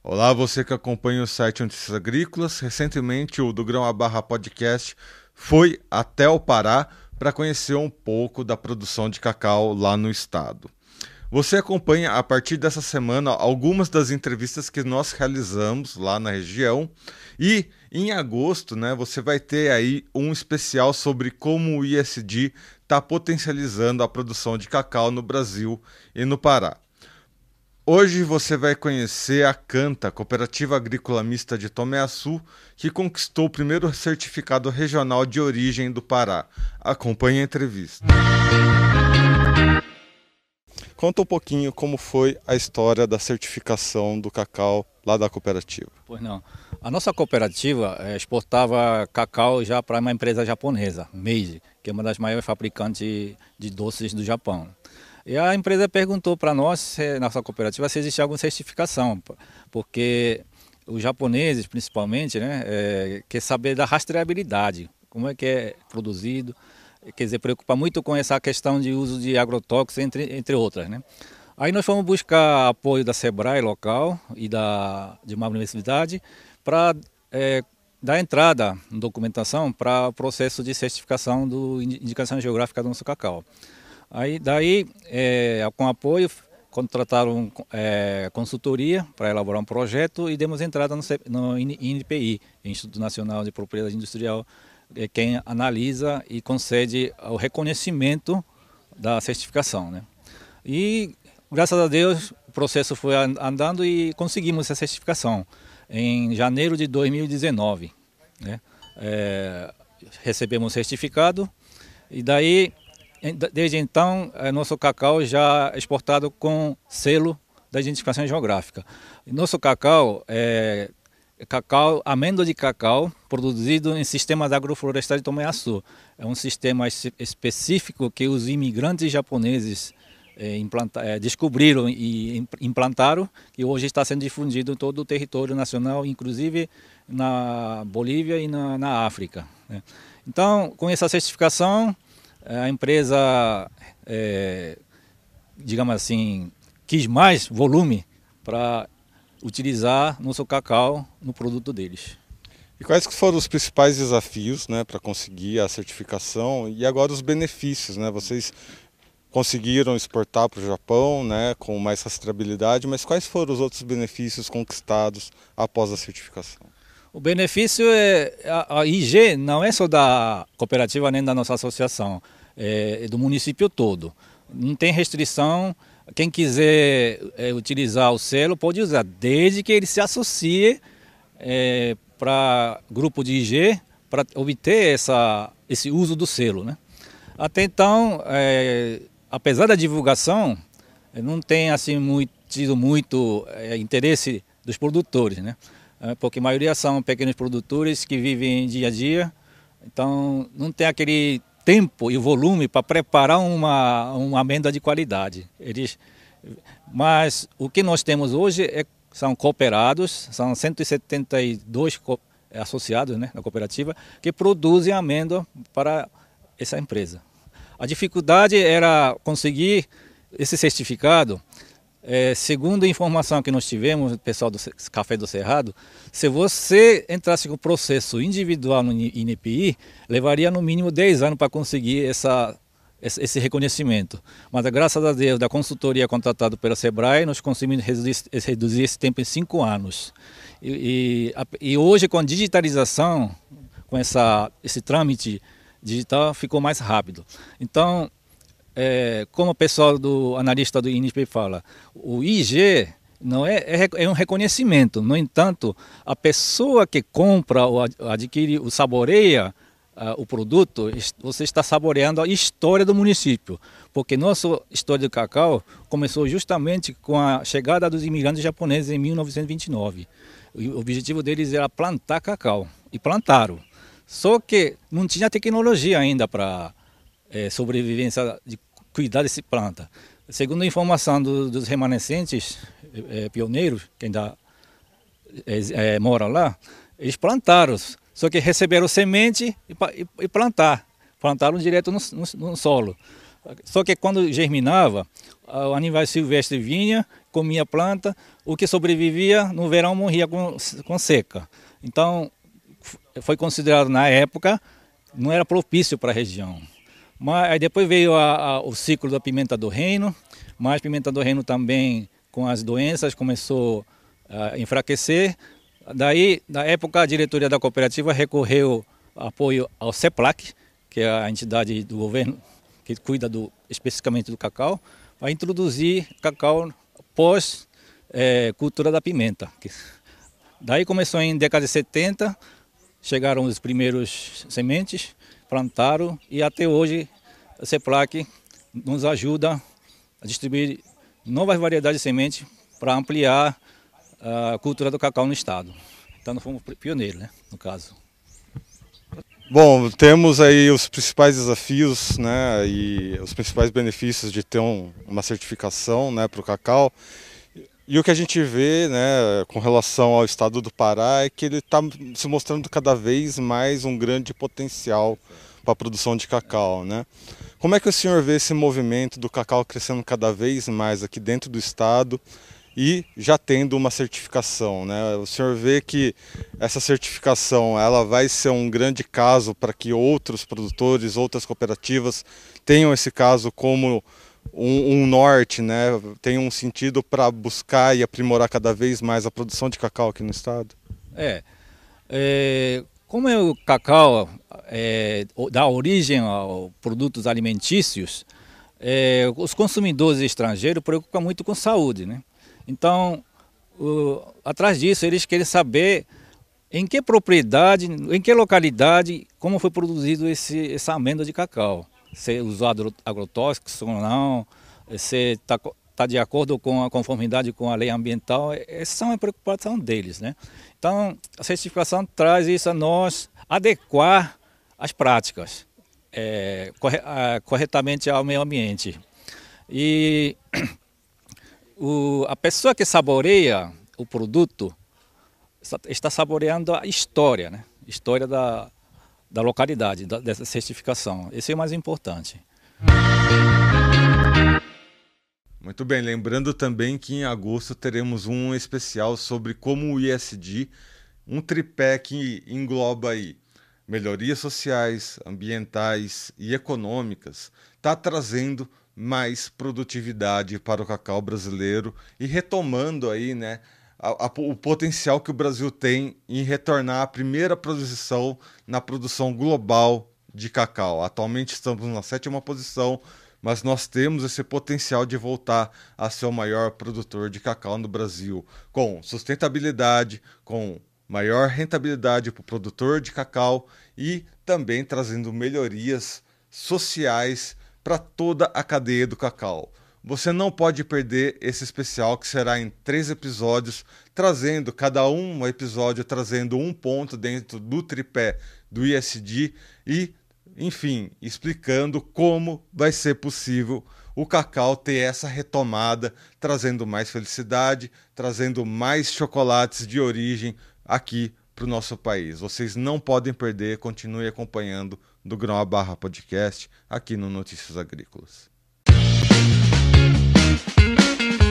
Olá, você que acompanha o site Notícias Agrícolas. Recentemente, o do Grão a Barra Podcast foi até o Pará para conhecer um pouco da produção de cacau lá no estado. Você acompanha a partir dessa semana algumas das entrevistas que nós realizamos lá na região e em agosto, você vai ter aí um especial sobre como o ISD está potencializando a produção de cacau no Brasil e no Pará. Hoje você vai conhecer a Canta, Cooperativa Agrícola Mista de Toméaçu, que conquistou o primeiro certificado regional de origem do Pará. Acompanhe a entrevista. Conta um pouquinho como foi a história da certificação do cacau lá da cooperativa. Pois não. A nossa cooperativa exportava cacau já para uma empresa japonesa, Meiji, que é uma das maiores fabricantes de doces do Japão. E a empresa perguntou para nós, nossa cooperativa, se existe alguma certificação, porque os japoneses, principalmente, quer saber da rastreabilidade, como é que é produzido, quer dizer, preocupa muito com essa questão de uso de agrotóxicos, entre outras, né? Aí nós fomos buscar apoio da Sebrae local e de uma universidade para dar entrada em documentação para o processo de certificação do indicação geográfica do nosso cacau. Aí daí, com apoio, contrataram consultoria para elaborar um projeto e demos entrada no INPI, Instituto Nacional de Propriedade Industrial, quem analisa e concede o reconhecimento da certificação, né? E graças a Deus o processo foi andando e conseguimos essa certificação em janeiro de 2019, né? Recebemos o certificado e daí desde então, nosso cacau já é exportado com selo da identificação geográfica. Nosso cacau é amêndoa de cacau produzido em sistemas agroflorestais de Toméaçu. É um sistema específico que os imigrantes japoneses descobriram e implantaram, e hoje está sendo difundido em todo o território nacional, inclusive na Bolívia e na África, né? Então, com essa certificação, a empresa, digamos assim, quis mais volume para utilizar nosso cacau no produto deles. E quais que foram os principais desafios, para conseguir a certificação e agora os benefícios, Vocês conseguiram exportar para o Japão, com mais rastreabilidade, mas quais foram os outros benefícios conquistados após a certificação? O benefício a IG não é só da cooperativa nem da nossa associação, é do município todo. Não tem restrição, quem quiser utilizar o selo pode usar, desde que ele se associe para grupo de IG para obter esse uso do selo, né? Até então, apesar da divulgação, não tem assim tido muito interesse dos produtores, né? Porque a maioria são pequenos produtores que vivem dia a dia, então não tem aquele tempo e volume para preparar uma amêndoa de qualidade. Mas o que nós temos hoje são cooperados, são 172 associados, na cooperativa, que produzem amêndoa para essa empresa. A dificuldade era conseguir esse certificado. Segundo a informação que nós tivemos, o pessoal do Café do Cerrado, se você entrasse com o processo individual no INPI, levaria no mínimo 10 anos para conseguir esse reconhecimento. Mas graças a Deus, da consultoria contratada pela Sebrae, nós conseguimos reduzir esse tempo em 5 anos. E hoje, com a digitalização, com esse trâmite digital, ficou mais rápido. Então, como o pessoal do analista do INPI fala, o IG não é um reconhecimento. No entanto, a pessoa que compra ou adquire, ou saboreia o produto, você está saboreando a história do município, porque nossa história do cacau começou justamente com a chegada dos imigrantes japoneses em 1929. O objetivo deles era plantar cacau, e plantaram. Só que não tinha tecnologia ainda para sobrevivência de cuidar dessa planta. Segundo a informação dos remanescentes pioneiros, que ainda moram lá, eles plantaram, só que receberam semente e plantaram direto no solo. Só que quando germinava, o animal silvestre vinha, comia a planta, o que sobrevivia no verão morria com seca. Então, foi considerado na época, não era propício para a região. Mas aí depois veio o ciclo da pimenta do reino, mas a pimenta do reino também, com as doenças, começou a enfraquecer. Daí, na época, a diretoria da cooperativa recorreu apoio ao CEPLAC, que é a entidade do governo que cuida especificamente do cacau, para introduzir cacau pós cultura da pimenta. Daí começou em década de 70, chegaram os primeiros sementes, plantaram e até hoje a CEPLAC nos ajuda a distribuir novas variedades de sementes para ampliar a cultura do cacau no estado. Então nós fomos pioneiros, né, no caso. Bom, temos aí os principais desafios, né, e os principais benefícios de ter uma certificação, né, para o cacau. E o que a gente vê, né, com relação ao estado do Pará é que ele está se mostrando cada vez mais um grande potencial para a produção de cacau, né? Como é que o senhor vê esse movimento do cacau crescendo cada vez mais aqui dentro do estado e já tendo uma certificação, né? O senhor vê que essa certificação ela vai ser um grande caso para que outros produtores, outras cooperativas tenham esse caso como um norte, né? Tem um sentido para buscar e aprimorar cada vez mais a produção de cacau aqui no estado? Como o cacau dá origem a produtos alimentícios, os consumidores estrangeiros preocupam muito com saúde, né? Então, atrás disso, eles querem saber em que propriedade, em que localidade, como foi produzido essa amêndoa de cacau. Se usou agrotóxicos ou não, se está de acordo com a conformidade com a lei ambiental, essa é uma preocupação deles, né? Então, a certificação traz isso a nós adequar as práticas corretamente ao meio ambiente. E a pessoa que saboreia o produto está saboreando a história, né? História da localidade, dessa certificação. Esse é o mais importante. Muito bem, lembrando também que em agosto teremos um especial sobre como o ISD, um tripé que engloba aí melhorias sociais, ambientais e econômicas, está trazendo mais produtividade para o cacau brasileiro e retomando aí, né, o potencial que o Brasil tem em retornar à primeira posição na produção global de cacau. Atualmente estamos na 7ª posição, mas nós temos esse potencial de voltar a ser o maior produtor de cacau no Brasil, com sustentabilidade, com maior rentabilidade para o produtor de cacau e também trazendo melhorias sociais para toda a cadeia do cacau. Você não pode perder esse especial que será em 3 episódios, trazendo cada um episódio, trazendo um ponto dentro do tripé do ISD e, enfim, explicando como vai ser possível o cacau ter essa retomada, trazendo mais felicidade, trazendo mais chocolates de origem aqui para o nosso país. Vocês não podem perder, continue acompanhando do Grão a Barra Podcast aqui no Notícias Agrícolas.